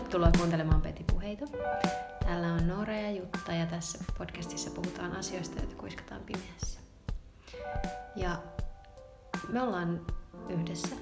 Tervetuloa kuuntelemaan Petipuheita. Täällä on Noora ja Jutta ja tässä podcastissa puhutaan asioista, joita kuiskataan pimeässä. Ja me ollaan yhdessä.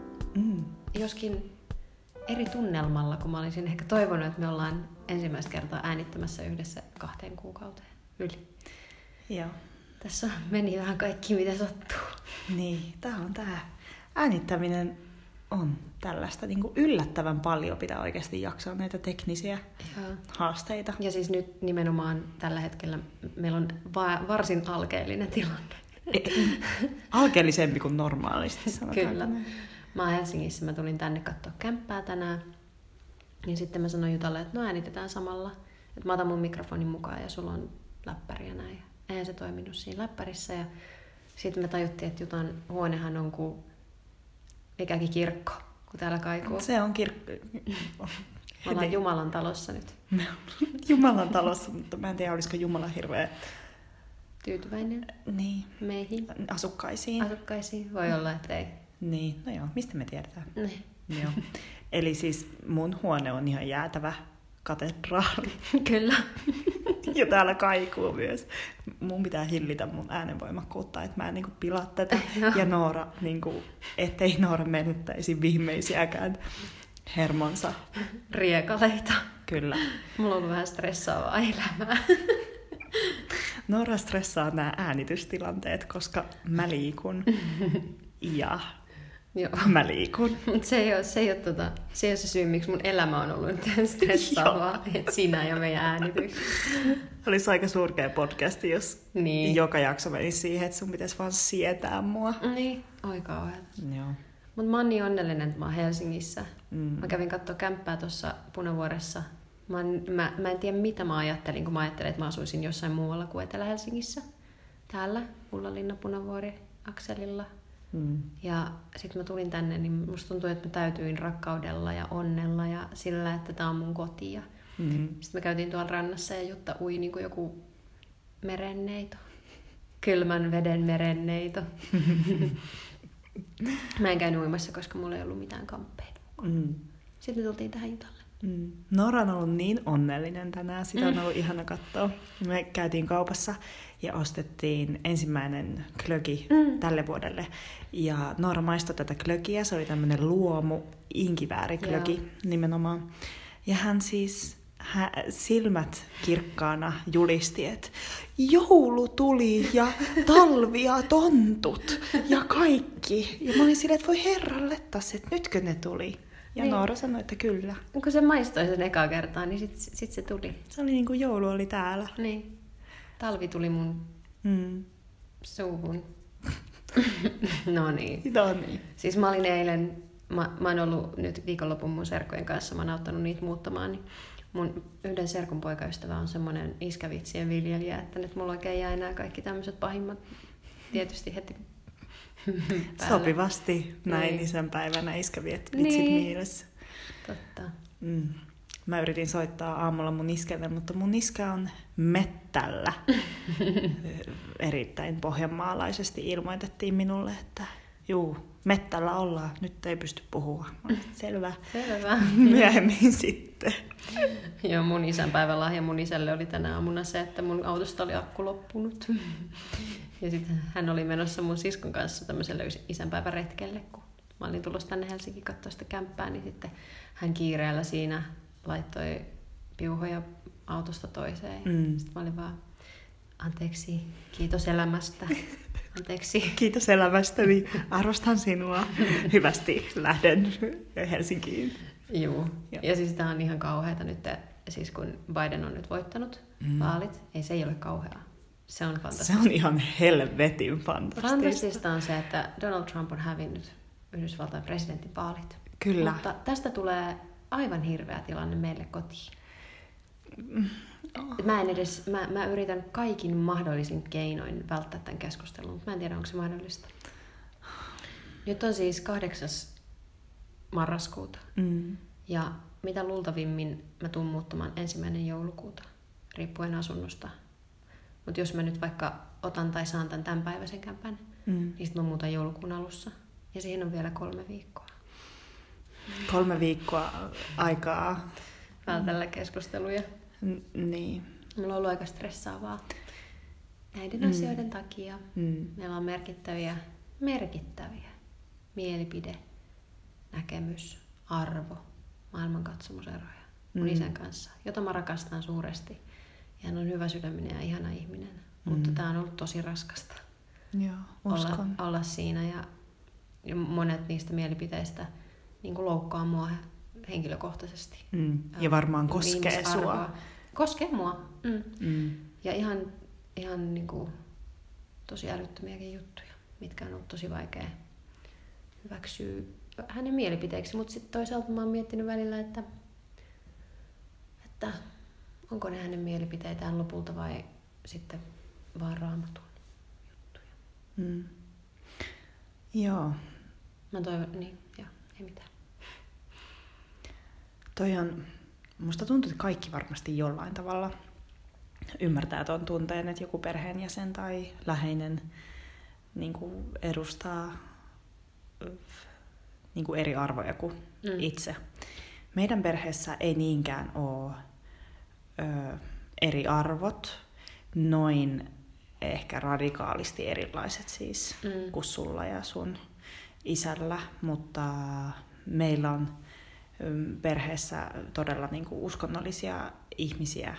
Joskin eri tunnelmalla, kun mä olisin ehkä toivonut, että me ollaan ensimmäistä kertaa äänittämässä yhdessä 2 kuukauteen yli. Joo. Tässä meni vähän kaikki, mitä sattuu. Niin, tää äänittäminen on tällaista niin kuin yllättävän paljon pitää oikeasti jaksaa näitä teknisiä haasteita. Ja siis nyt nimenomaan tällä hetkellä meillä on varsin alkeellinen tilanne. Alkeellisempi kuin normaalisti, sanotaan. Kyllä. Mä oon Helsingissä, mä tulin tänne katsoa kämppää tänään. Ja sitten mä sanoin Jutalle, että no äänitetään samalla. Että mä otan mun mikrofonin mukaan ja sulla on läppäri ja näin. Eihän se toiminut siinä läppärissä. Ja sitten me tajuttiin, että Jutan huonehan on kuin ikäkin kirkko, kun täällä kaikuu. Se on kirkko. Me ollaan Jumalan talossa nyt. Jumalan talossa, mutta mä en tiedä, olisiko Jumala hirveä tyytyväinen niin. Meihin. Asukkaisiin. Voi olla, että ei. Niin, no joo, mistä me tiedetään? Niin. Joo. Eli siis mun huone on ihan jäätävä katedraali. Kyllä. Ja täällä kaikuu myös. Mun pitää hillitä mun äänenvoimakkuutta, että mä en niinku pilaa tätä. Ja Noora, niinku, ettei Noora menettäisi viimeisiäkään hermonsa. Riekaleita. Kyllä. Mulla on ollut vähän stressaavaa elämää. Noora stressaa nämä äänitystilanteet, koska mä liikun. Ja joo. Mä liikun. Se ei ole se syy, miksi mun elämä on ollut nyt stressaavaa, että sinä ja meidän äänitys. Olisi aika surkea podcasti, jos joka jakso menisi siihen, että sun pitäisi vaan sietää mua. Niin, oi kauheata. Joo. Mutta mä oon niin onnellinen, että mä oon Helsingissä. Mä kävin katsoa kämppää tuossa Punavuoressa. Mä en tiedä, mitä mä ajattelin, kun mä ajattelin, että mä asuisin jossain muualla kuin Etelä-Helsingissä. Täällä, Ullalinna, Punavuori, akselilla. Ja sitten mä tulin tänne, niin musta tuntui, että mä täytyin rakkaudella ja onnella ja sillä, että tää on mun koti. Sitten me käytiin tuolla rannassa ja Jutta ui niin kuin joku merenneito. Kylmän veden merenneito. Mä en käynyt uimassa, koska mulla ei ollut mitään kamppeita. Sitten me tultiin tähän Jutalle. Noora on ollut niin onnellinen tänään, sitä on ollut ihana katsoa. Me käytiin kaupassa ja ostettiin ensimmäinen klöki tälle vuodelle. Ja Noora maistoi tätä klökiä, se oli tämmöinen luomu inkivääriklöki nimenomaan. Ja hän siis silmät kirkkaana julisti, että joulu tuli ja talvi ja tontut ja kaikki. Ja mä olin silleen, että voi herrallettas, että nytkö ne tuli. Ja niin. Noora sanoi, että kyllä. Kun se maistoi sen ekaa kertaa, niin sit se tuli. Se oli niin kuin joulu oli täällä. Niin. Talvi tuli mun suuhun. No niin. Siis mä olin eilen, mä oon ollut nyt viikonlopun mun serkkujen kanssa, mä oon auttanut niitä muuttamaan. Niin mun yhden serkun poikaystävä on semmonen iskävitsien viljelijä, että nyt mulla oikein jää enää kaikki tämmöiset pahimmat tietysti heti päälle. Sopivasti näin isänpäivänä iskäviet vitsit mielessä. Totta. Mä yritin soittaa aamulla mun iskelle, mutta mun iskä on mettällä. Erittäin pohjanmaalaisesti ilmoitettiin minulle, että mettällä ollaan, nyt ei pysty puhua. Selvä. Myöhemmin sitten. Joo, mun isänpäivän lahja mun isälle oli tänä aamuna se, että mun autosta oli akku loppunut. Ja sitten hän oli menossa mun siskon kanssa tämmöiselle isänpäivän retkelle, kun mä olin tulossa tänne Helsinkiin katsoa sitä kämppää, niin sitten hän kiireellä siinä laittoi piuhoja autosta toiseen. Sitten mä olin vaan, anteeksi, kiitos elämästä. Anteeksi. Kiitos elämästäni, arvostan sinua. Hyvästi lähden Helsinkiin. Joo. Ja siis tää on ihan kauheata nyt, siis kun Biden on nyt voittanut vaalit, se ei ole kauheaa. Se on fantastista. Se on ihan helvetin fantastista. Fantastista on se, että Donald Trump on hävinnyt Yhdysvaltain presidentinvaalit. Kyllä. Mutta tästä tulee aivan hirveä tilanne meille kotiin. Mä yritän kaikin mahdollisin keinoin välttää tämän keskustelun, mutta mä en tiedä, onko se mahdollista. Nyt on siis 8. marraskuuta. Ja mitä luultavimmin mä tuun muuttamaan 1. joulukuuta, riippuen asunnosta. Mutta jos mä nyt vaikka otan tai saan tämän tämänpäiväisen kämpän, niin sitten mä muutan joulukuun alussa. Ja siihen on vielä 3 viikkoa. 3 viikkoa aikaa vältellä keskusteluja. Niin. Mulla on ollut aika stressaavaa näiden asioiden takia. Meillä on merkittäviä mielipide, näkemys, arvo, maailmankatsomuseroja mun isän kanssa, jota mä rakastan suuresti. Ja hän on hyvä sydäminen ja ihana ihminen. Mutta tää on ollut tosi raskasta. Joo, uskon. Olla siinä ja monet niistä mielipiteistä niin kuin loukkaa mua henkilökohtaisesti. Ja varmaan koskee sua. Koskee mua. Ja ihan niin kuin tosi älyttömiäkin juttuja, mitkä on ollut tosi vaikea hyväksyä hänen mielipiteeksi. Mutta sitten toisaalta mä oon miettinyt välillä, että onko ne hänen mielipiteitään lopulta vai sitten vaan Raamatun juttuja. Joo. Mä toivon, niin, joo, ei mitään. Musta tuntuu, että kaikki varmasti jollain tavalla ymmärtää ton tunteen, että joku perheenjäsen tai läheinen niin kuin edustaa niin kuin eri arvoja kuin itse. Meidän perheessä ei niinkään ole eri arvot, noin ehkä radikaalisti erilaiset siis kuin sulla ja sun isällä, mutta meillä on perheessä todella niin kuin uskonnollisia ihmisiä.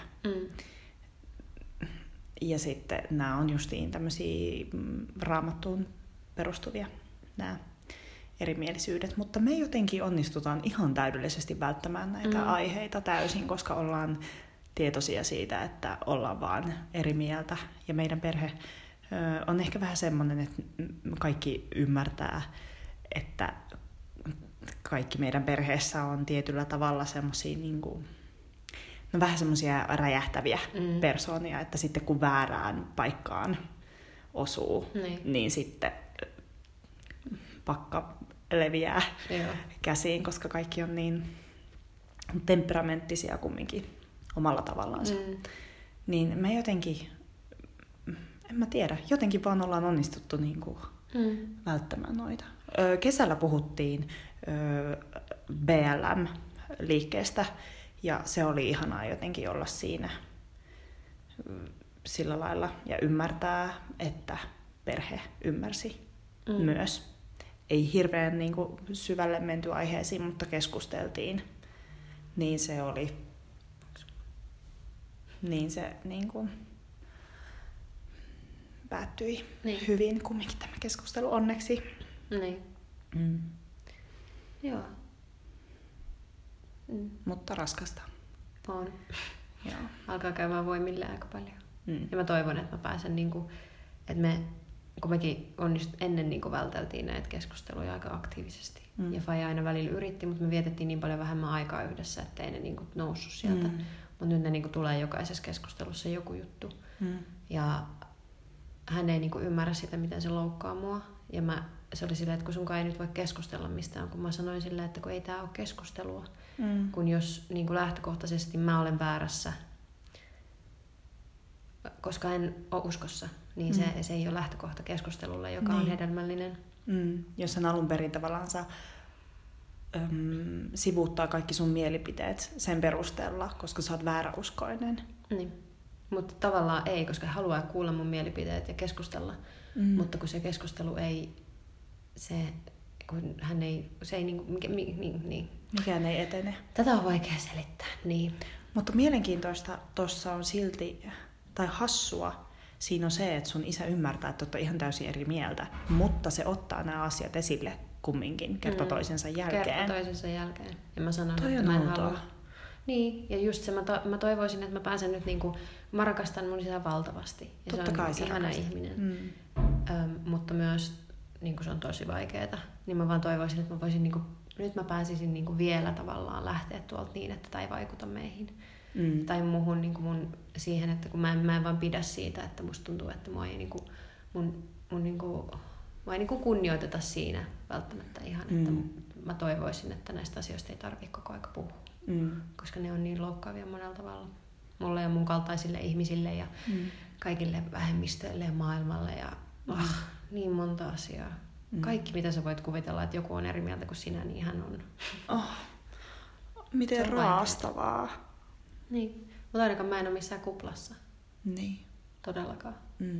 Ja sitten nämä on justiin tämmöisiä Raamattuun perustuvia nämä erimielisyydet, mutta me jotenkin onnistutaan ihan täydellisesti välttämään näitä aiheita täysin, koska ollaan tietoisia siitä, että ollaan vaan eri mieltä. Ja meidän perhe on ehkä vähän semmoinen, että kaikki ymmärtää, että kaikki meidän perheessä on tietyllä tavalla semmoisia niinku, vähän semmoisia räjähtäviä persoonia, että sitten kun väärään paikkaan osuu, niin sitten pakka leviää käsiin, koska kaikki on niin temperamenttisia kumminkin omalla tavallaan. Niin me jotenkin, en mä tiedä, jotenkin vaan ollaan onnistuttu niinku välttämään noita. Kesällä puhuttiin BLM-liikkeestä ja se oli ihanaa jotenkin olla siinä sillä lailla ja ymmärtää, että perhe ymmärsi myös. Ei hirveän niin kuin syvälle menty aiheisiin, mutta keskusteltiin. Niin se oli. Niin se niin kuin päättyi hyvin kumminkin tämä keskustelu onneksi. Niin. Joo. Mutta raskasta. On. Joo. Alkaa käymään voimille aika paljon. Ja mä toivon, että mä pääsen niinku, että kun mekin ennen niinku välteltiin näitä keskusteluja aika aktiivisesti. Ja Faija aina välillä yritti, mutta me vietettiin niin paljon vähemmän aikaa yhdessä, ettei ne niinku noussut sieltä. Mutta nyt ne niinku tulee jokaisessa keskustelussa joku juttu. Ja hän ei niinku ymmärrä sitä, miten se loukkaa mua. Ja se oli silleen, että kun sunkaan ei nyt voi keskustella mistään, kun mä sanoin silleen, että kun ei tää ole keskustelua. Kun jos niin kuin lähtökohtaisesti mä olen väärässä, koska en ole uskossa, niin se ei ole lähtökohta keskustelulle, joka on hedelmällinen. Jos hän alun perin tavallaan sivuuttaa kaikki sun mielipiteet sen perusteella, koska sä oot vääräuskoinen. Niin. Mutta tavallaan ei, koska hän haluaa kuulla mun mielipiteet ja keskustella. Mutta kun se keskustelu ei, kun hän ei, se ei niin. Mikään ei etene. Tätä on vaikea selittää, niin. Mutta mielenkiintoista tuossa on silti, tai hassua, siinä on se, että sun isä ymmärtää, että olette ihan täysin eri mieltä, mutta se ottaa nämä asiat esille kumminkin kerta toisensa jälkeen. Kerta toisensa jälkeen. Ja mä sanon, toi että on mä en halua. Niin, ja just se, mä toivoisin, että mä pääsen nyt niinku, mä rakastan mun isää valtavasti. Ja totta se on kai ihana ihminen. Mutta myös niinku se on tosi vaikeeta. Niin mä vaan toivoisin, että mä voisin niinku, nyt mä pääsisin niinku vielä tavallaan lähteä tuolta niin, että tämä ei vaikuta meihin. Tai muuhun niinku siihen, että kun mä en vaan pidä siitä, että musta tuntuu, että mua ei niinku, mua ei niinku kunnioiteta siinä välttämättä ihan. Että mä toivoisin, että näistä asioista ei tarvitse koko aika puhua. Koska ne on niin loukkaavia monella tavalla. Mulle ja mun kaltaisille ihmisille ja kaikille vähemmistöille ja maailmalle. Ja niin monta asiaa. Kaikki mitä sä voit kuvitella, että joku on eri mieltä kuin sinä, niin hän on. Miten raastavaa. Niin, mutta ainakaan mä en ole missään kuplassa. Niin. Todellakaan.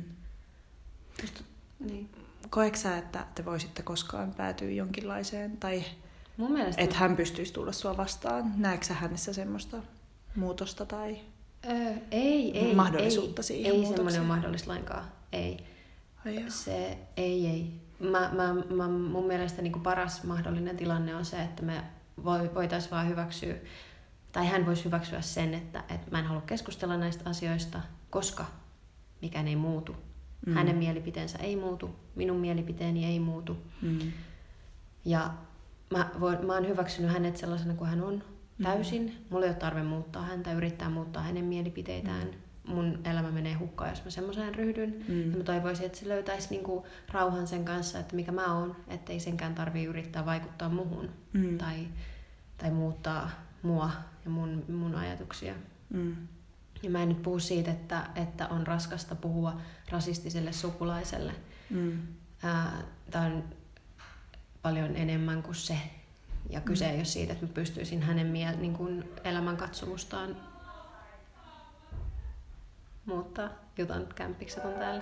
Niin. Koetko sä, että te voisitte koskaan päätyä jonkinlaiseen, tai mun mielestä että hän pystyisi tulla sua vastaan? Näetkö sä hänessä semmoista muutosta tai mahdollisuutta siihen ei muutokseen? semmoinen ole mahdollista lainkaan. Ei. Se ei. Mun mielestä niin kuin paras mahdollinen tilanne on se, että me voitaisiin vaan hyväksyä, tai hän voisi hyväksyä sen, että mä en halua keskustella näistä asioista, koska mikään ei muutu. Hänen mielipiteensä ei muutu, minun mielipiteeni ei muutu. Ja mä oon hyväksynyt hänet sellaisena kuin hän on täysin. Mulla ei ole tarve muuttaa häntä, yrittää muuttaa hänen mielipiteitään. Mun elämä menee hukkaan, jos mä semmoiseen ryhdyn. Ja mä toivoisin, että se löytäisi niinku rauhan sen kanssa, että mikä mä oon, ettei senkään tarvitse yrittää vaikuttaa muhun tai muuttaa mua ja mun ajatuksia. Ja mä en nyt puhu siitä, että on raskasta puhua rasistiselle sukulaiselle. Tämä on paljon enemmän kuin se. Ja kyse ei ole siitä, että mä pystyisin hänen niin kuin elämänkatsomustaan muuttaa. Jutan kämppikset on täällä.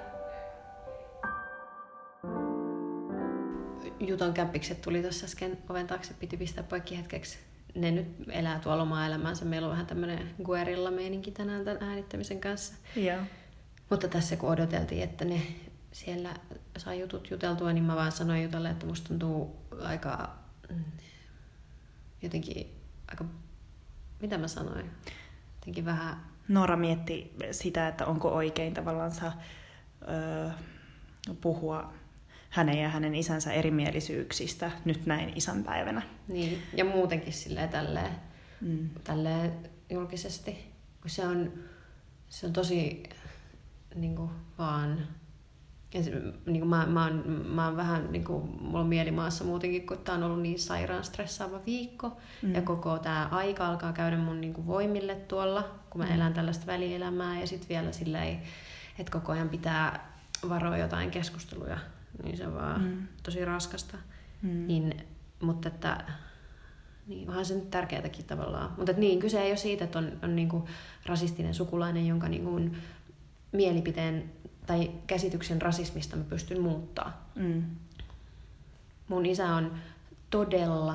Jutan kämppikset tuli tuossa äsken oven taakse, piti pistää poikki hetkeksi. Ne nyt elää tuolla omaa elämäänsä. Meillä on vähän tämmöinen guerilla-meininki tänään tämän äänittämisen kanssa. Joo. Mutta tässä kun odoteltiin, että ne siellä sai jutut juteltua, niin mä vaan sanoin Jutalle, että musta tuntuu aika jotenkin mitä mä sanoin? Jotenkin vähän... Noora mietti sitä, että onko oikein tavallaan puhua hänen ja hänen isänsä erimielisyyksistä nyt näin isänpäivänä. Niin, ja muutenkin tälleen julkisesti. Kun se on tosi niin kuin vaan... Ja niin mä oon vähän, niin kuin, mulla on mielimaassa muutenkin, kun tää on ollut niin sairaan stressaava viikko. Ja koko tää aika alkaa käydä mun niin kuin voimille tuolla, kun mä elän tällaista välielämää. Ja sit vielä silleen, että koko ajan pitää varoa jotain keskusteluja. Niin se on vaan tosi raskasta. Mutta että... Niin, onhan se nyt tärkeätäkin tavallaan. Mutta niin, kyse ei ole siitä, että on niin kuin rasistinen sukulainen, jonka niin kuin mielipiteen... tai käsityksen rasismista mä pystyn muuttaa. Mun isä on todella...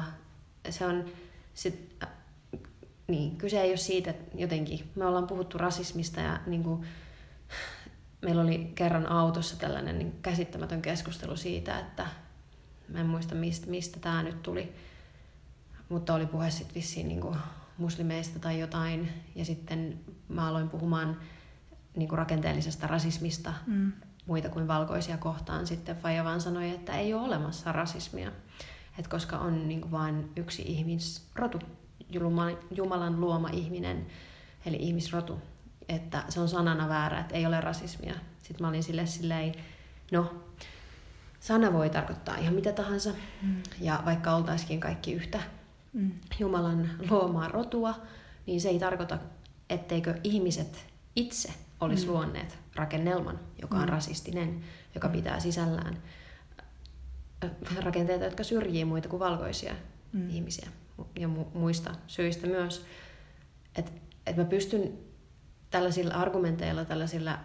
kyse ei ole siitä, että jotenkin... Me ollaan puhuttu rasismista ja niin kuin, meillä oli kerran autossa tällainen niin käsittämätön keskustelu siitä, että mä en muista mistä tää nyt tuli, mutta oli puhe sitten vissiin niin kuin muslimeista tai jotain. Ja sitten mä aloin puhumaan niin kuin rakenteellisesta rasismista muita kuin valkoisia kohtaan. Sitten Faija vaan sanoi, että ei ole olemassa rasismia, että koska on niin kuin vain yksi ihmisrotu, Jumalan luoma ihminen, eli ihmisrotu, että se on sanana väärä, että ei ole rasismia. Sitten mä olin silleen, no, sana voi tarkoittaa ihan mitä tahansa, ja vaikka oltaisikin kaikki yhtä Jumalan luomaa rotua, niin se ei tarkoita, etteikö ihmiset itse olisi luonneet rakennelman, joka on rasistinen, joka pitää sisällään rakenteita, jotka syrjii muita kuin valkoisia ihmisiä ja muista syistä myös. Että mä pystyn tällaisilla argumenteilla, tällaisilla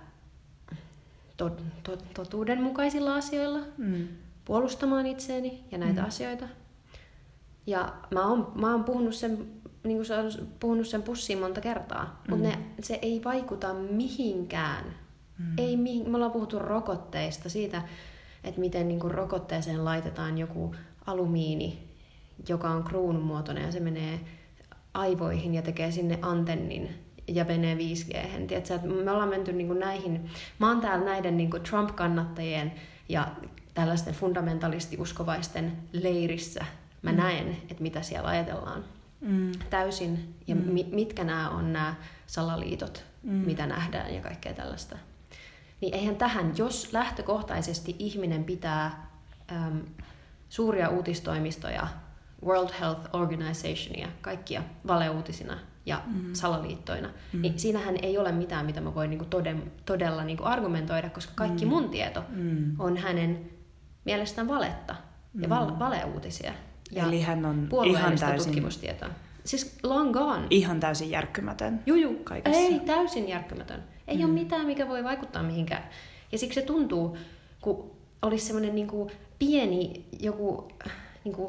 totuudenmukaisilla asioilla puolustamaan itseäni ja näitä asioita. Ja mä oon puhunut sen, niin kuin sä oot puhunut sen pussiin monta kertaa, mutta se ei vaikuta mihinkään. Me ollaan puhuttu rokotteista, siitä, että miten niin kuin rokotteeseen laitetaan joku alumiini, joka on kruununmuotoinen ja se menee aivoihin ja tekee sinne antennin ja menee 5G:hen. Tiedätkö, että me ollaan menty niin kuin näihin, mä oon täällä näiden niin kuin Trump-kannattajien ja tällaisten fundamentalisti-uskovaisten leirissä. Mä näen, että mitä siellä ajatellaan täysin ja mitkä nämä on nämä salaliitot, mitä nähdään ja kaikkea tällaista. Niin eihän tähän, jos lähtökohtaisesti ihminen pitää suuria uutistoimistoja, World Health Organizationia, kaikkia valeuutisina ja salaliittoina, niin siinähän ei ole mitään, mitä mä voin niinku todella niinku argumentoida, koska kaikki mun tieto on hänen mielestään valetta ja valeuutisia. Ja eli hän on puolueellista tutkimustietoa. Siis long gone. Ihan täysin järkkymätön. Juju. Kaikessa. Ei, täysin järkkymätön. Ei ole mitään, mikä voi vaikuttaa mihinkään. Ja siksi se tuntuu, kun olisi semmoinen niinku pieni joku, niinku,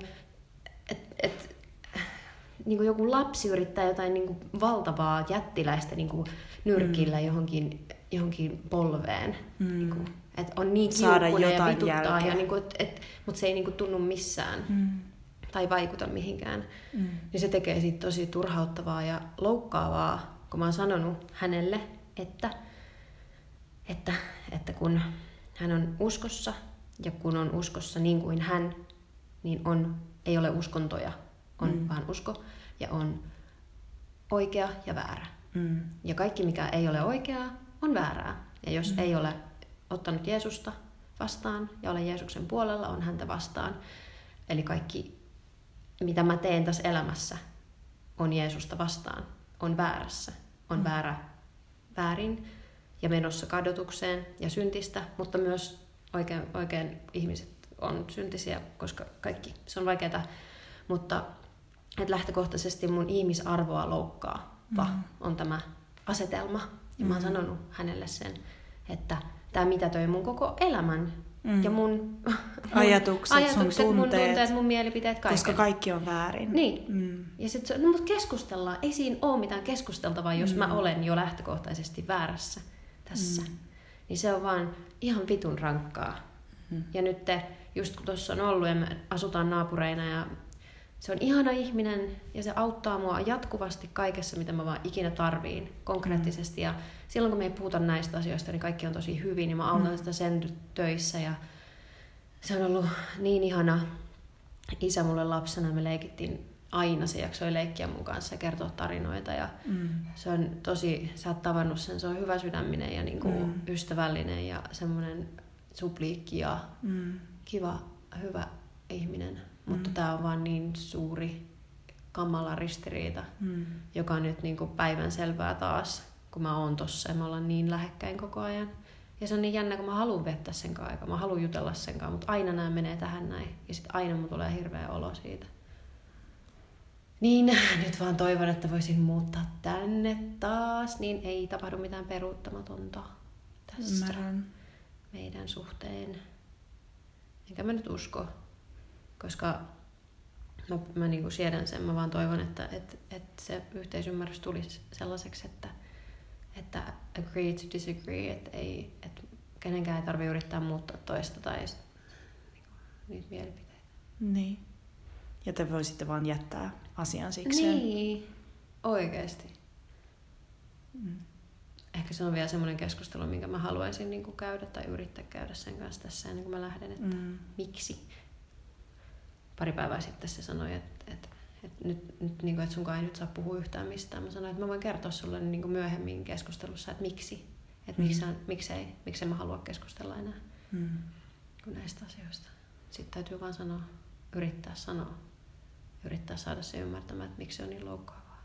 niinku joku lapsi yrittää jotain niinku valtavaa jättiläistä niinku nyrkillä johonkin polveen. Niinku, että on niin kiukkuinen ja vituttaa, ja niinku, mutta se ei niinku tunnu missään. Tai vaikuta mihinkään, niin se tekee siitä tosi turhauttavaa ja loukkaavaa, kun mä oon sanonut hänelle, että kun hän on uskossa ja kun on uskossa niin kuin hän, niin ei ole uskontoja, on vaan usko ja on oikea ja väärä. Ja kaikki, mikä ei ole oikeaa, on väärää. Ja jos ei ole ottanut Jeesusta vastaan ja ole Jeesuksen puolella, on häntä vastaan. Eli kaikki mitä mä teen tässä elämässä, on Jeesusta vastaan, on väärässä, on väärin ja menossa kadotukseen ja syntistä, mutta myös oikein ihmiset on syntisiä, koska kaikki, se on vaikeaa, mutta että lähtökohtaisesti mun ihmisarvoa loukkaava on tämä asetelma. Ja mä oon sanonut hänelle sen, että tämä mitätöi mun koko elämän. Ja mun ajatukset, sun tunteet, mun mielipiteet, kaiken. Koska kaikki on väärin. Niin. Ja sit mutta keskustellaan. Ei siinä ole mitään keskusteltavaa, jos mä olen jo lähtökohtaisesti väärässä tässä. Niin se on vaan ihan vitun rankkaa. Ja nyt just kun tuossa on ollut ja me asutaan naapureina ja se on ihana ihminen ja se auttaa mua jatkuvasti kaikessa, mitä mä vaan ikinä tarviin konkreettisesti. Ja silloin kun me ei puhuta näistä asioista, niin kaikki on tosi hyvin ja mä autan sitä sen töissä. Ja se on ollut niin ihana isä mulle lapsena. Me leikittiin aina, se jaksoi leikkiä mun kanssa ja kertoa tarinoita. Ja se on tosi, sä oot tavannut sen, se on hyvä sydäminen ja niinku ystävällinen ja semmoinen supliikki ja kiva, hyvä ihminen. Mutta tää on vaan niin suuri kamala ristiriita, joka on nyt niinku päivänselvää taas, kun mä oon tossa ja me ollaan niin lähekkäin koko ajan. Ja se on niin jännä, kun mä haluan viettää sen aikaa, mä haluan jutella sen kanssa, mutta aina nämä menee tähän näin. Ja sit aina mun tulee hirveä olo siitä. Niin nyt vaan toivon, että voisin muuttaa tänne taas, niin ei tapahdu mitään peruuttamatonta tässä meidän suhteen. Enkä mä nyt usko. Koska mä niinku siedän sen, mä vaan toivon, että se yhteisymmärrys tulisi sellaiseksi, että agree to disagree, että kenenkään ei tarvitse yrittää muuttaa toista tai niitä mielipiteitä. Niin. Ja te voisitte vaan jättää asian sikseen. Niin, oikeesti. Ehkä se on vielä semmoinen keskustelu, minkä mä haluaisin niinku käydä tai yrittää käydä sen kanssa tässä ennen kuin mä lähden, että miksi. Pari päivää sitten se sanoi, että nyt niin kuin, että sunkaan ei nyt saa puhua yhtään mistään. Mä sanoin, että mä voin kertoa sulle niin kuin myöhemmin keskustelussa, että miksi. Että miksei mä halua keskustella enää kuin näistä asioista. Sitten täytyy vaan yrittää saada se ymmärtämään, että miksi se on niin loukkaavaa.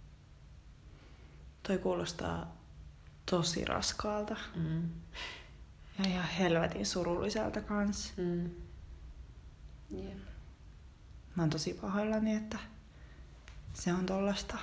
Toi kuulostaa tosi raskaalta. Ja ihan helvetin surulliselta kanssa. Jep. Mä oon tosi pahoillani, että se on tollasta.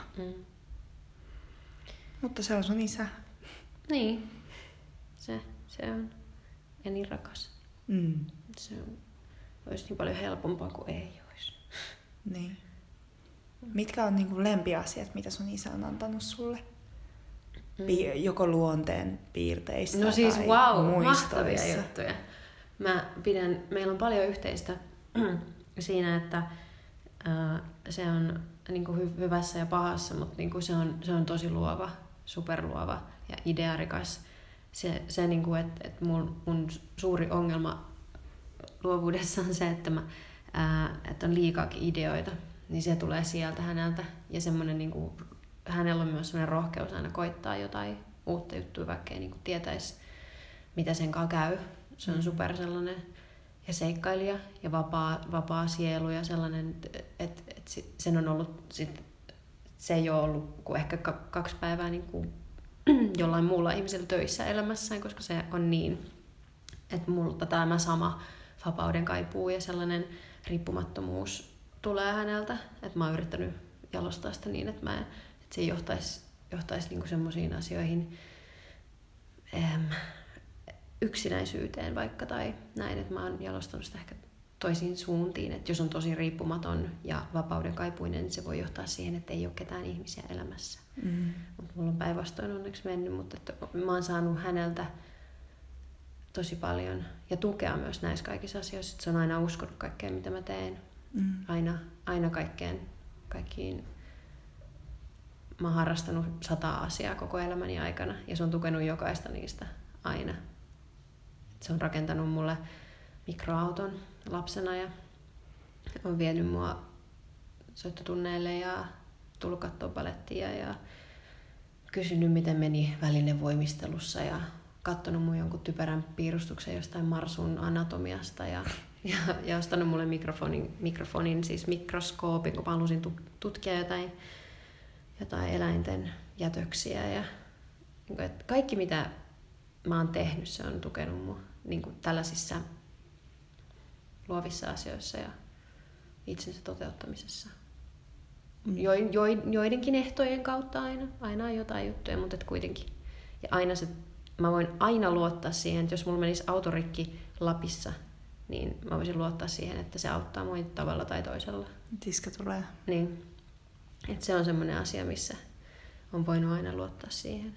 Mutta se on sun isä. Niin. Se on. Ja niin rakas. Se olisi niin paljon helpompaa kuin ei olisi. Niin. Mitkä on niinku lempiasiat, mitä sun isä on antanut sulle? Joko luonteen piirteistä no siis tai mahtavia juttuja. Meillä on paljon yhteistä siinä, että se on niinku hyvässä ja pahassa, mutta niinku se on tosi luova, superluova ja idearikas. Se niinku, että mun suuri ongelma luovuudessa on se, että on liikaakin ideoita, niin se tulee sieltä häneltä. Ja semmoinen niinku, hänellä on myös semmoinen rohkeus aina koittaa jotain uutta juttua, vaikka ei niinku tietäisi, mitä sen kanssa käy. Se on super sellainen ja seikkailija ja vapaa sielu ja sellainen, että sen on ollut, se ei ole ollut kuin ehkä 2 päivää niin kuin jollain muulla ihmisellä töissä elämässään, koska se on niin, että multa tämä sama vapauden kaipuu ja sellainen riippumattomuus tulee häneltä, että mä oon jalostaa sitä niin, että se ei johtaisi niinku semmoisiin asioihin, yksinäisyyteen vaikka tai näin, että mä oon jalostanut sitä ehkä toisiin suuntiin, että jos on tosi riippumaton ja vapauden kaipuinen, niin se voi johtaa siihen, että ei ole ketään ihmisiä elämässä. Mutta mulla on päinvastoin onneksi mennyt, mutta että mä oon saanut häneltä tosi paljon ja tukea myös näissä kaikissa asioissa, että se on aina uskonut kaikkeen, mitä mä teen. Aina kaikkiin. Mä oon harrastanut 100 asiaa koko elämäni aikana ja se on tukenut jokaista niistä aina. Se on rakentanut mulle mikroauton lapsena ja on vienyt mua soittotunneille ja tullut katsoa balettia ja kysynyt, miten meni välinevoimistelussa ja katsonut mun jonkun typerän piirustuksen jostain Marsun anatomiasta ja ostanut mulle mikrofonin, siis mikroskoopin, kun mä halusin tutkia jotain eläinten jätöksiä. Ja, kaikki, mitä mä oon tehnyt, se on tukenut mua niin kuin tällaisissa luovissa asioissa ja itsensä toteuttamisessa. Joidenkin ehtojen kautta aina on jotain juttuja, mutta kuitenkin. Ja mä voin aina luottaa siihen, että jos mulla menisi autorikki Lapissa, niin mä voisin luottaa siihen, että se auttaa mua tavalla tai toisella. Tiska tulee. Niin. Että se on semmoinen asia, missä on voinut aina luottaa siihen.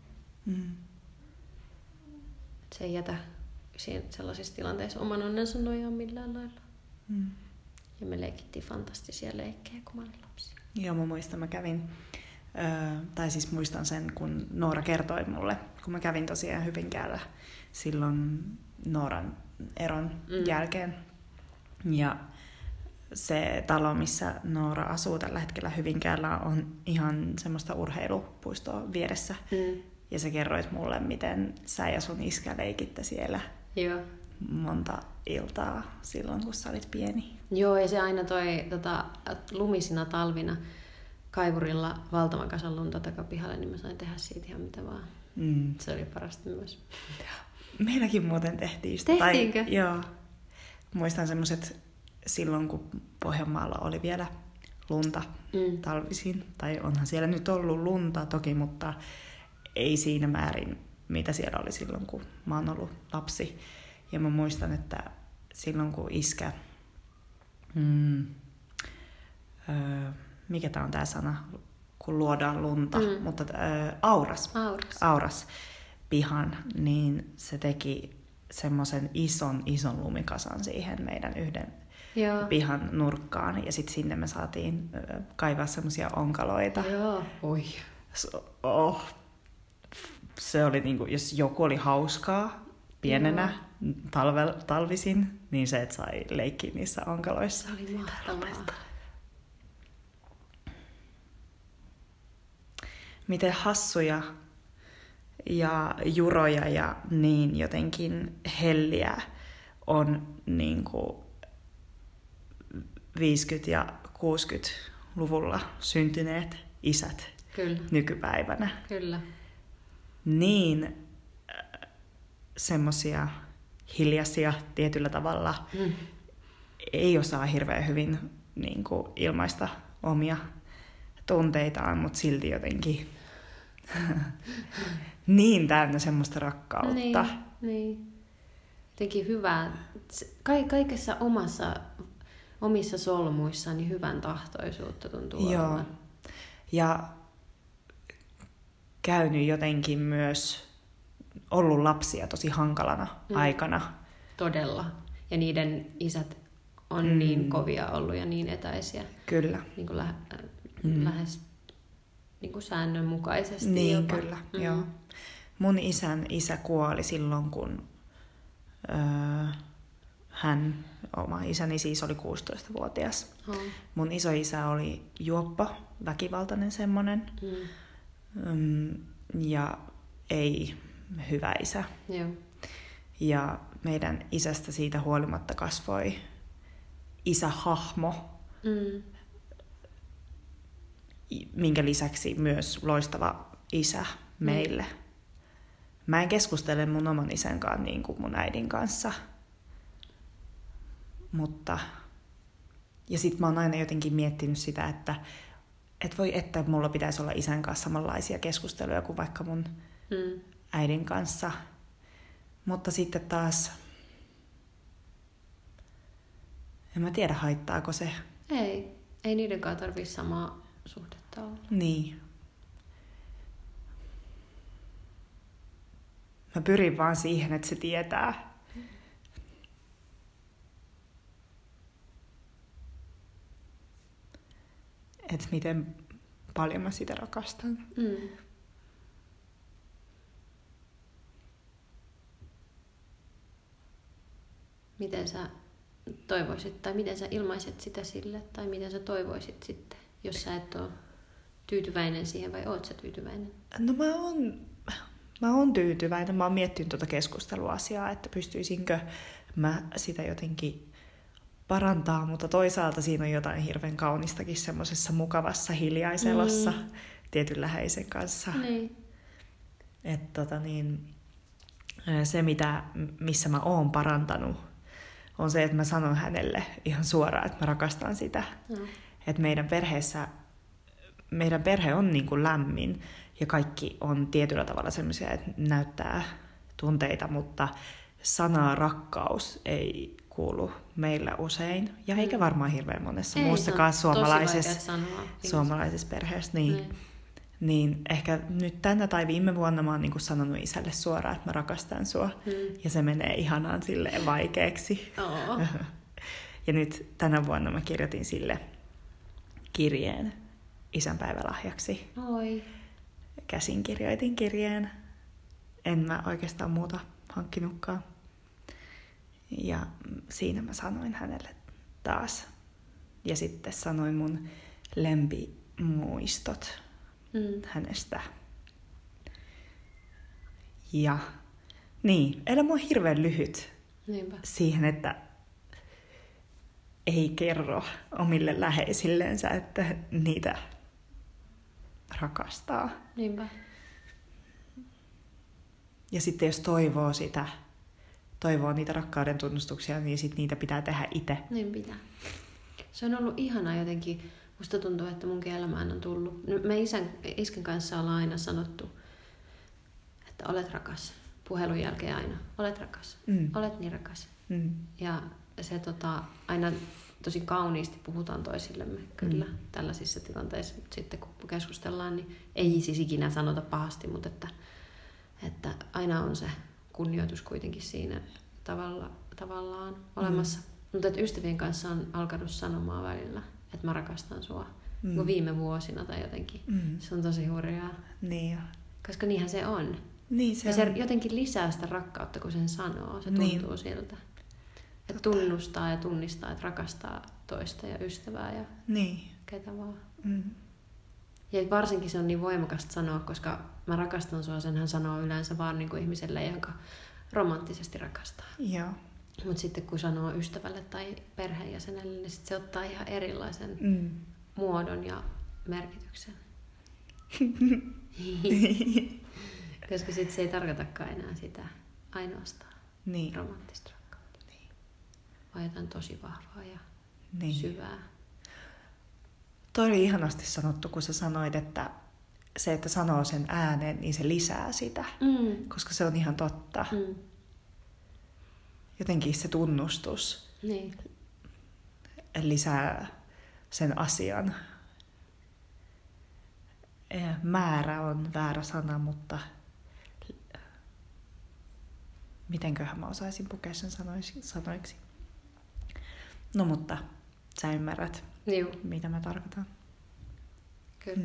Että se ei jätä sellaisissa tilanteissa oman onnensa nojaan millään lailla. Ja me leikittiin fantastisia leikkejä, kun mä olin lapsi. Joo, mä kävin, muistan sen, kun Noora kertoi mulle, kun mä kävin tosiaan Hyvinkäällä silloin Nooran eron jälkeen. Ja se talo, missä Noora asuu tällä hetkellä Hyvinkäällä, on ihan semmoista urheilupuistoa vieressä. Ja sä kerroit mulle, miten sä ja sun iskä leikitte siellä. Joo. Monta iltaa silloin, kun sä olit pieni. Joo, ja se aina toi lumisina talvina kaivurilla valtavan kasan lunta takapihalle, niin mä sain tehdä siitä ihan mitä vaan. Se oli parasta myös. Meilläkin muuten tehtiin sitä. Tehtiinkö? Joo. Muistan semmoiset silloin, kun Pohjanmaalla oli vielä lunta talvisin. Tai onhan siellä nyt ollut lunta toki, mutta ei siinä määrin, mitä siellä oli silloin, kun mä oon ollut lapsi. Ja mä muistan, että silloin kun iskä, mikä tää on tää sana, kun luodaan lunta, mutta auras pihan, niin se teki semmoisen ison lumikasan siihen meidän yhden pihan nurkkaan. Ja sitten sinne me saatiin kaivaa semmoisia onkaloita. Joo, oi. Se oli niinku, jos joku oli hauskaa pienenä talvisin, niin se, että sai leikkiä niissä onkaloissa. Se oli mahtavaa. Miten hassuja ja juroja ja niin jotenkin helliä on niinku 50- ja 60-luvulla syntyneet isät. Kyllä. Nykypäivänä. Kyllä. Niin semmosia hiljaisia tietyllä tavalla ei osaa hirveän hyvin niin kuin ilmaista omia tunteitaan, mutta silti jotenkin niin täynnä semmoista rakkautta. Niin. Jotenkin hyvää. Kaikessa omissa solmuissaan niin hyvän tahtoisuutta tuntuu olevan. Ja käynyt jotenkin myös ollut lapsia tosi hankalana aikana. Todella. Ja niiden isät on niin kovia ollut ja niin etäisiä. Kyllä. Niin kuin lähes niin kuin säännönmukaisesti. Niin, jopa. kyllä. Joo. Mun isän isä kuoli silloin, kun oma isäni siis oli 16-vuotias. Mun isoisä oli juoppa, väkivaltainen semmonen. Ja ei hyvä isä. Joo. Ja meidän isästä siitä huolimatta kasvoi isähahmo, minkä lisäksi myös loistava isä meille. Mä en keskustele mun oman isänkaan niin kuin mun äidin kanssa. Ja sit mä oon aina jotenkin miettinyt sitä, että et voi että mulla pitäisi olla isän kanssa samanlaisia keskusteluja kuin vaikka mun äidin kanssa. Mutta sitten taas, en mä tiedä haittaako se. Ei niidenkaan tarvitse samaa suhdetta olla. Niin. Mä pyrin vaan siihen, että se tietää. Että miten paljon mä sitä rakastan. Miten sä toivoisit, tai miten sä ilmaiset sitä sille, tai miten sä toivoisit sitten, jos sä et ole tyytyväinen siihen, vai oot sä tyytyväinen? No mä oon tyytyväinen. Mä oon miettinyt tuota keskusteluasiaa, että pystyisinkö mä sitä jotenkin parantaa, mutta toisaalta siinä on jotain hirveän kaunistakin semmoisessa mukavassa hiljaiselossa tietyn läheisen kanssa. Niin. Että se, missä mä oon parantanut, on se, että mä sanon hänelle ihan suoraan, että mä rakastan sitä. Että meidän perhe on niin kuin lämmin ja kaikki on tietyllä tavalla semmoisia, että näyttää tunteita, mutta sana rakkaus ei kuulu meillä usein. Ja eikä varmaan hirveän monessa muussakaan suomalaisessa perheessä. Niin ehkä nyt tänä tai viime vuonna mä oon niin kuin sanonut isälle suoraan, että mä rakastan sua. Ja se menee ihanaan silleen vaikeaksi. Ja nyt tänä vuonna mä kirjoitin sille kirjeen isänpäivälahjaksi. Oi. Käsin kirjoitin kirjeen. En mä oikeastaan muuta hankkinutkaan. Ja siinä mä sanoin hänelle taas. Ja sitten sanoin mun lempimuistot hänestä. Ja niin, elämä on hirveän lyhyt. Niinpä. Siihen, että ei kerro omille läheisillensä, että niitä rakastaa. Niinpä. Ja sitten jos toivoo niitä rakkauden tunnustuksia, niin sit niitä pitää tehdä itse. Niin pitää. Se on ollut ihanaa jotenkin. Musta tuntuu, että munkin elämään on tullut. Me isken kanssa ollaan aina sanottu, että olet rakas. Puhelun jälkeen aina. Olet rakas. Olet niin rakas. Ja se aina tosi kauniisti puhutaan toisillemme kyllä tällaisissa tilanteissa. Mutta sitten kun keskustellaan, niin ei siis ikinä sanota pahasti, mutta että aina on se kunnioitus kuitenkin siinä tavallaan olemassa. Mutta että ystävien kanssa on alkanut sanomaan välillä, että mä rakastan sua. Viime vuosina tai jotenkin. Se on tosi hurjaa. Niin. Koska niinhän se on. Niin se jotenkin lisää sitä rakkautta, kun sen sanoo. Se tuntuu siltä. Että tunnustaa ja tunnistaa, että rakastaa toista ja ystävää ja ketä vaan. Ja varsinkin se on niin voimakasta sanoa, koska mä rakastan sua, senhän sanoo yleensä vaan niin kuin ihmiselle, jonka romanttisesti rakastaa. Joo. Mutta sitten kun sanoo ystävälle tai perheenjäsenelle, niin sit se ottaa ihan erilaisen muodon ja merkityksen. Koska sitten se ei tarkoitakaan enää sitä ainoastaan romanttista rakkautta. Vaan jotain tosi vahvaa ja syvää. Toi oli ihanasti sanottu, kun sä sanoit, että se, että sanoo sen ääneen, niin se lisää sitä. Koska se on ihan totta. Jotenkin se tunnustus lisää sen asian. Määrä on väärä sana, mutta mitenköhän mä osaisin pukea sen sanoiksi. No mutta sä ymmärrät, mitä mä tarkoitan. Kyllä.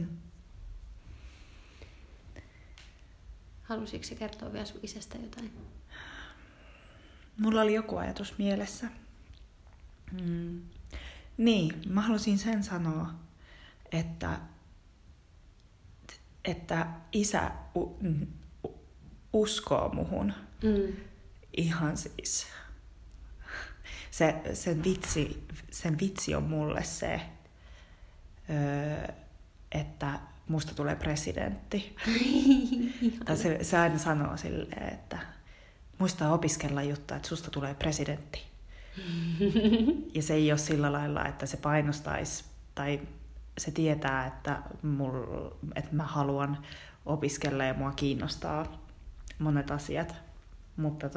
Halusitko kertoa vielä sun isästä jotain? Mulla oli joku ajatus mielessä. Niin, mä halusin sen sanoa, että isä uskoo muhun. Ihan siis. Sen vitsi on mulle se, että musta tulee presidentti. Tai se aina sanoo silleen, että muistaa opiskella juttua, että susta tulee presidentti. Ja se ei ole sillä lailla, että se painostaisi tai se tietää, että mä haluan opiskella ja mua kiinnostaa monet asiat. Mutta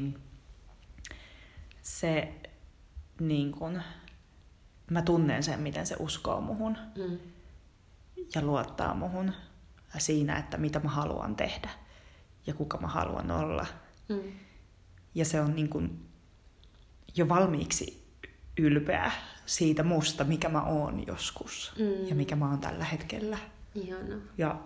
se niin kun, mä tunnen sen, miten se uskoo muhun ja luottaa muhun siinä, että mitä mä haluan tehdä ja kuka mä haluan olla. Ja se on niin kun jo valmiiksi ylpeä siitä musta, mikä mä oon joskus ja mikä mä oon tällä hetkellä. Ihanaa. Ja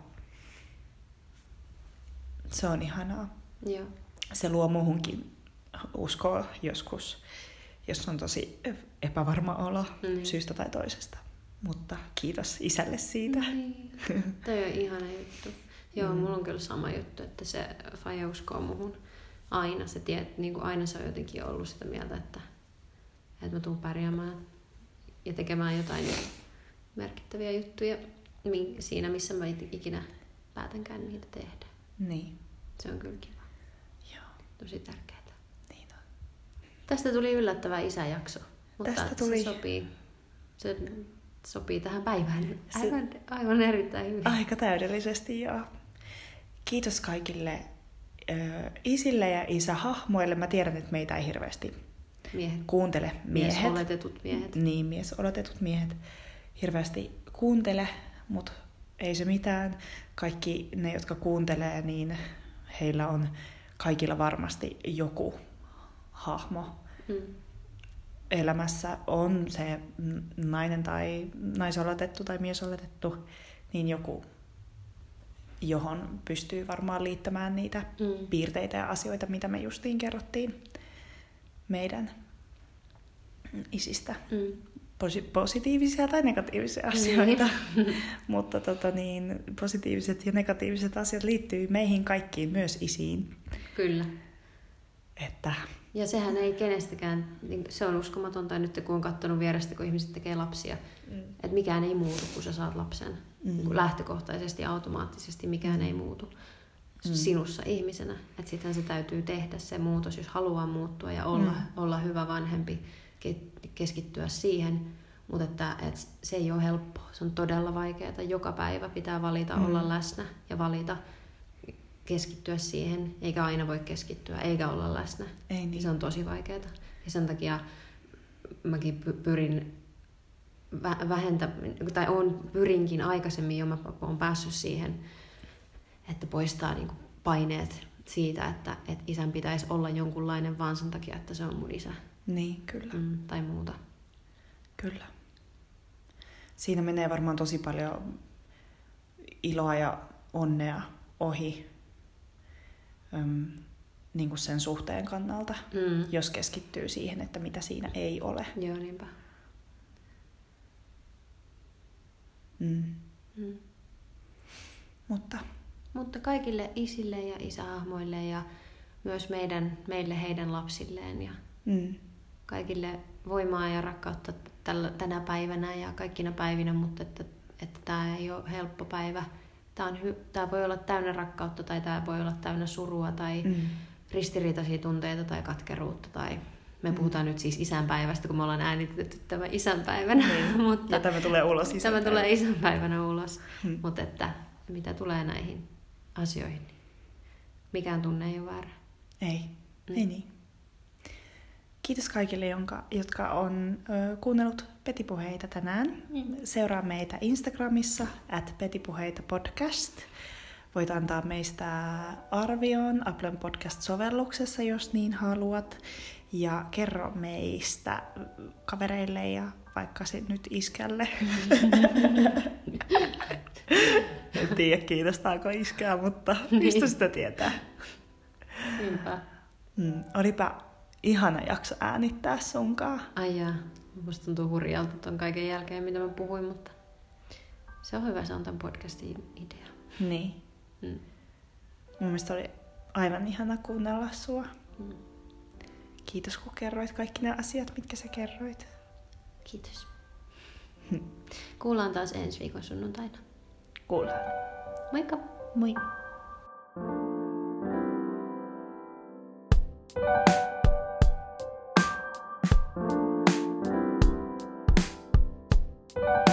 se on ihanaa. Joo. Se luo muhunkin uskoa joskus, jos on tosi epävarma olo syystä tai toisesta. Mutta kiitos isälle siitä. Niin. Toi on ihana juttu. Joo, mulla on kyllä sama juttu, että se faija uskoo muhun aina. Se niin kuin aina se on jotenkin ollut sitä mieltä, että mä tuun pärjäämään ja tekemään jotain merkittäviä juttuja siinä, missä mä ikinä päätänkään niitä tehdä. Niin. Se on kyllä kiva. Joo. Tosi tärkeää. Niin on. Tästä tuli yllättävä isäjakso, mutta Tästä tuli... se sopii tähän päivään aivan erittäin hyvin. Aika täydellisesti, joo. Kiitos kaikille isille ja isähahmoille. Mä tiedän, että meitä ei hirveästi kuuntele miehet. Miesoletetut miehet. Niin, miesoletetut miehet hirveästi kuuntele, mutta ei se mitään. Kaikki ne, jotka kuuntelee, niin heillä on kaikilla varmasti joku hahmo elämässä. On se nainen tai naisoletettu tai miesoletettu, niin joku, johon pystyy varmaan liittämään niitä piirteitä ja asioita, mitä me justiin kerrottiin meidän isistä. Positiivisia tai negatiivisia asioita. Mutta positiiviset ja negatiiviset asiat liittyy meihin kaikkiin, myös isiin. Kyllä. Että... Ja sehän ei kenestäkään, se on uskomatonta nyt kun on katsonut vierestä, kun ihmiset tekee lapsia, että mikään ei muutu, kun sä saat lapsen. Lähtökohtaisesti, automaattisesti mikään ei muutu sinussa ihmisenä. Että sittenhän se täytyy tehdä se muutos, jos haluaa muuttua ja olla hyvä vanhempi, keskittyä siihen. Mutta että se ei ole helppoa, se on todella vaikeaa. Joka päivä pitää valita olla läsnä ja valita keskittyä siihen, eikä aina voi keskittyä, eikä olla läsnä. Ei niin. Se on tosi vaikeaa. Ja sen takia mäkin pyrin pyrinkin aikaisemmin jo, mä oon päässyt siihen, että poistaa niinku paineet siitä, että isän pitäisi olla jonkunlainen vaan sen takia, että se on mun isä. Niin, kyllä. Tai muuta. Kyllä. Siinä menee varmaan tosi paljon iloa ja onnea ohi niin kuin sen suhteen kannalta, jos keskittyy siihen, että mitä siinä ei ole. Joo, niinpä. Mutta kaikille isille ja isähahmoille ja myös meille heidän lapsilleen ja kaikille voimaa ja rakkautta tänä päivänä ja kaikkina päivinä, mutta että tämä ei ole helppo päivä. Tämä voi olla täynnä rakkautta tai tämä voi olla täynnä surua tai ristiriitaisia tunteita tai katkeruutta. Tai me puhutaan nyt siis isänpäivästä, kun me ollaan äänitetty tämä isänpäivänä. Mutta ja tämä tulee ulos isänpäivänä. Tämä tulee isänpäivänä ulos. Mutta että mitä tulee näihin asioihin, niin mikään tunne ei ole väärä. Ei niin. Kiitos kaikille, jotka on kuunnellut Petipuheita tänään. Seuraa meitä Instagramissa @petipuheitapodcast. Voit antaa meistä arvion Applen podcast-sovelluksessa, jos niin haluat. Ja kerro meistä kavereille ja vaikka se nyt iskälle. En tiedä, kiinnostaako iskää, mutta mistä sitä tietää? Niinpä. Olipa ihana jakso äänittää sunkaan. Ai jaa, musta tuntuu hurjalta ton kaiken jälkeen, mitä mä puhuin, mutta se on hyvä, se on tämän podcastin idea. Niin. Mun mielestä oli aivan ihana kuunnella sua. Kiitos, kun kerroit kaikki ne asiat, mitkä sä kerroit. Kiitos. Kuullaan taas ensi viikon sunnuntaina. Kuullaan. Moikka! Moi! Thank you.